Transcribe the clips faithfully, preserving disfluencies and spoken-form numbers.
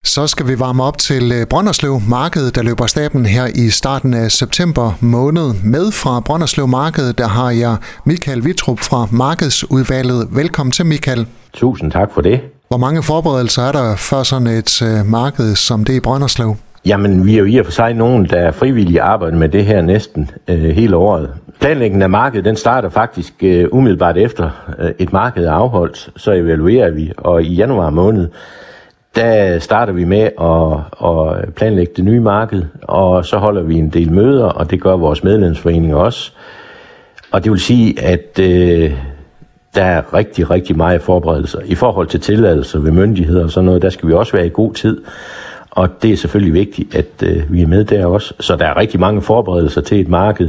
Så skal vi varme op til Brønderslev Marked, der løber stablen her i starten af september måned. Med fra Brønderslev Marked, der har jeg Michael Wittrup fra Markedsudvalget. Velkommen til, Michael. Tusind tak for det. Hvor mange forberedelser er der for sådan et uh, marked som det i Brønderslev? Jamen, vi er jo i og for sig nogen, der er frivillige arbejder med det her næsten øh, hele året. Planlægningen af markedet, den starter faktisk øh, umiddelbart efter øh, et marked er afholdt. Så evaluerer vi, og i januar måned, der starter vi med at, at planlægge det nye marked, og så holder vi en del møder, og det gør vores medlemsforening også. Og det vil sige, at øh, der er rigtig, rigtig meget forberedelser. I forhold til tilladelser ved myndigheder og sådan noget, der skal vi også være i god tid. Og det er selvfølgelig vigtigt, at øh, vi er med der også. Så der er rigtig mange forberedelser til et marked.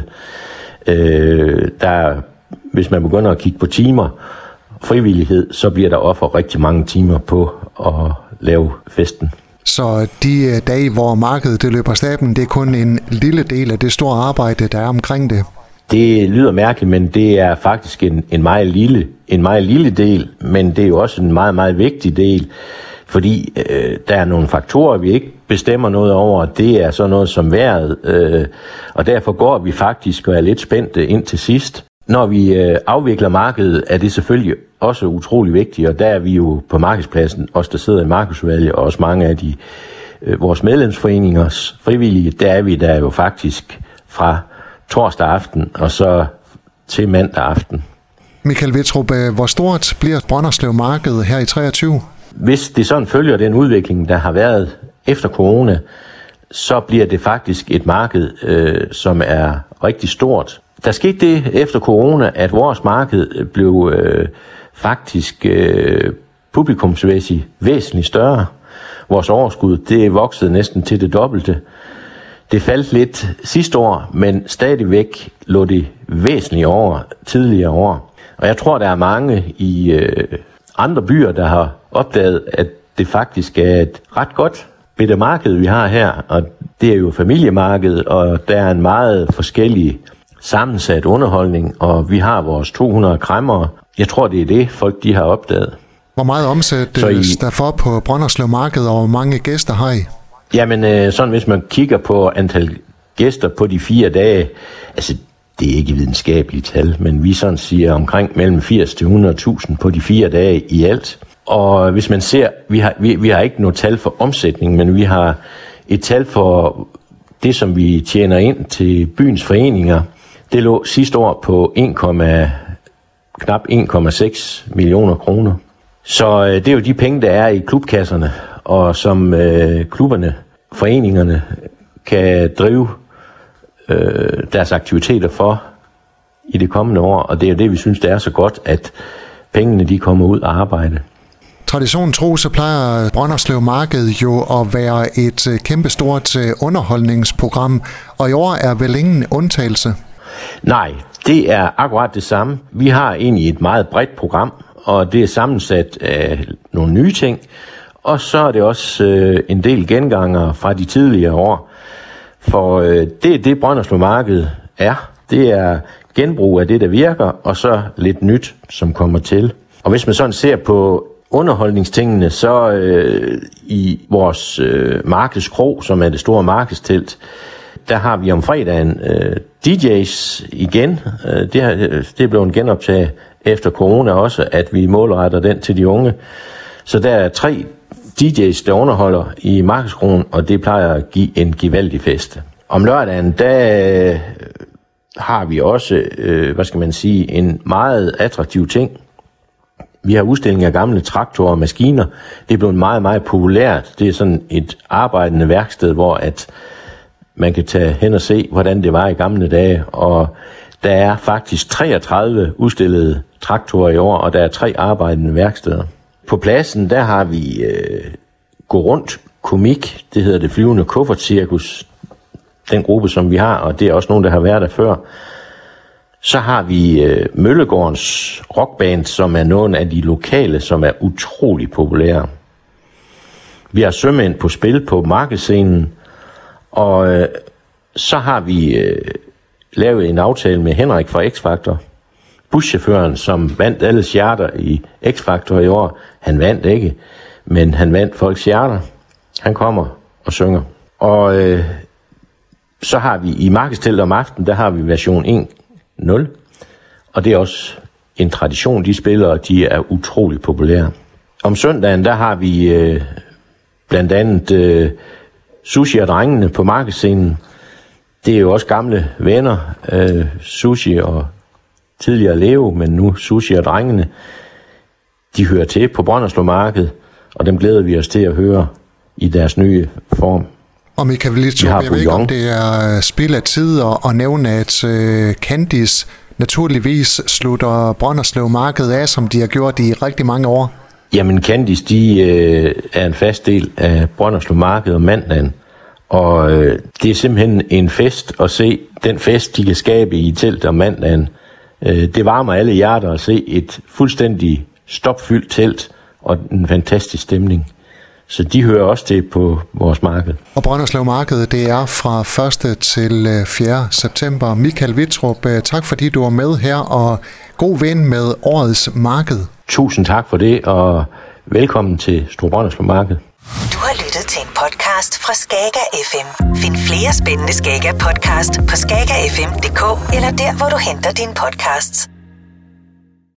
Øh, der, hvis man begynder at kigge på timer, frivillighed, så bliver der offer rigtig mange timer på at lave festen. Så de dage, hvor markedet det løber stablen, det er kun en lille del af det store arbejde, der er omkring det? Det lyder mærkeligt, men det er faktisk en, en, meget lille, en meget lille del, men det er jo også en meget, meget vigtig del, fordi øh, der er nogle faktorer, vi ikke bestemmer noget over. Det er sådan noget som vejret, øh, og derfor går vi faktisk og er lidt spændte ind til sidst. Når vi øh, afvikler markedet, er det selvfølgelig også utrolig vigtigt, og der er vi jo på markedspladsen, os der sidder i markedsudvalget, og også mange af de øh, vores medlemsforeningers frivillige, der er vi der jo faktisk fra torsdag aften og så til mandag aften. Michael Wittrup, hvor stort bliver Brønderslev Marked her i treogtyve? Hvis det sådan følger den udvikling, der har været efter corona, så bliver det faktisk et marked, øh, som er rigtig stort. Der skete det efter corona, at vores marked blev øh, faktisk øh, publikumsmæssigt væsentligt større. Vores overskud, det voksede næsten til det dobbelte. Det faldt lidt sidste år, men stadigvæk lå det væsentligt over tidligere år. Og jeg tror, der er mange i øh, andre byer, der har opdaget, at det faktisk er et ret godt bitte marked, vi har her. Og det er jo familiemarkedet, og der er en meget forskellig sammensat underholdning, og vi har vores to hundrede kræmmere. Jeg tror, det er det, folk de har opdaget. Hvor meget omsættes I... der for på Brønderslev Marked, og hvor mange gæster har I? Jamen, sådan hvis man kigger på antal gæster på de fire dage, altså det er ikke videnskabeligt tal, men vi sådan siger omkring mellem firs til hundrede tusind på de fire dage i alt. Og hvis man ser, vi har, vi, vi har ikke noget tal for omsætning, men vi har et tal for det, som vi tjener ind til byens foreninger. Det lå sidste år på en, knap en komma seks millioner kroner. Så øh, det er jo de penge, der er i klubkasserne, og som øh, klubberne, foreningerne kan drive øh, deres aktiviteter for i det kommende år. Og det er jo det, vi synes, det er så godt, at pengene de kommer ud og arbejde. Traditionen tro, så plejer Brønderslev Marked jo at være et kæmpestort underholdningsprogram, og i år er vel ingen undtagelse? Nej, det er akkurat det samme. Vi har egentlig et meget bredt program, og det er sammensat af nogle nye ting, og så er det også øh, en del genganger fra de tidligere år. For øh, det er det, Brønderslev Marked er. Det er genbrug af det, der virker, og så lidt nyt, som kommer til. Og hvis man sådan ser på underholdningstingene, så øh, i vores øh, markedskrog, som er det store markedstelt, der har vi om fredagen øh, D J's igen. Øh, det, har, det er blevet genoptaget efter corona også, at vi målretter den til de unge. Så der er tre D J's, der underholder i markedskrogen, og det plejer at give en gevaldig fest. Om lørdagen, der øh, har vi også, øh, hvad skal man sige, en meget attraktiv ting. Vi har udstilling af gamle traktorer og maskiner. Det er blevet meget, meget populært. Det er sådan et arbejdende værksted, hvor at man kan tage hen og se, hvordan det var i gamle dage. Og der er faktisk treogtredive udstillede traktorer i år, og der er tre arbejdende værksteder. På pladsen, der har vi øh, gå rundt komik. Det hedder det flyvende kuffertcirkus. Den gruppe, som vi har, og det er også nogen, der har været der før. Så har vi øh, Møllegårdens rockband, som er nogle af de lokale, som er utrolig populære. Vi har sømænd på spil på markedsscenen, og øh, så har vi øh, lavet en aftale med Henrik fra X-Factor. Buschaufføren, som vandt alles hjerter i X-Factor i år, han vandt ikke, men han vandt folks hjerter. Han kommer og synger. Og øh, så har vi i markedsteltet om aftenen, der har vi version en nul. Og det er også en tradition, de spiller, og de er utrolig populære. Om søndagen, der har vi øh, blandt andet øh, Sushi og drengene på markedsscenen. Det er jo også gamle venner, øh, Sushi og tidligere Leo, men nu Sushi og drengene. De hører til på Brønderslev Marked, og dem glæder vi os til at høre i deres nye form. Og Michael Vittrup, jeg ved ikke, om det er spild af tid at nævne, at uh, Candice naturligvis slutter Brønderslev Marked af, som de har gjort i rigtig mange år. Jamen Candice, de øh, er en fast del af Brønderslev Marked om mandagen, og øh, det er simpelthen en fest at se den fest, de kan skabe i telt om mandagen. Øh, det varmer alle hjerter at se et fuldstændig stopfyldt telt og en fantastisk stemning. Så de hører også til på vores marked. Og Brønderslev Marked, det er fra første til fjerde september. Michael Vittrup, tak fordi du var med her, og god ven med årets marked. Tusind tak for det, og velkommen til Store Brønderslev Marked. Du har lyttet til en podcast fra Skaga F M. Find flere spændende Skaga podcast på skaga f m punktum d k eller der, hvor du henter dine podcasts.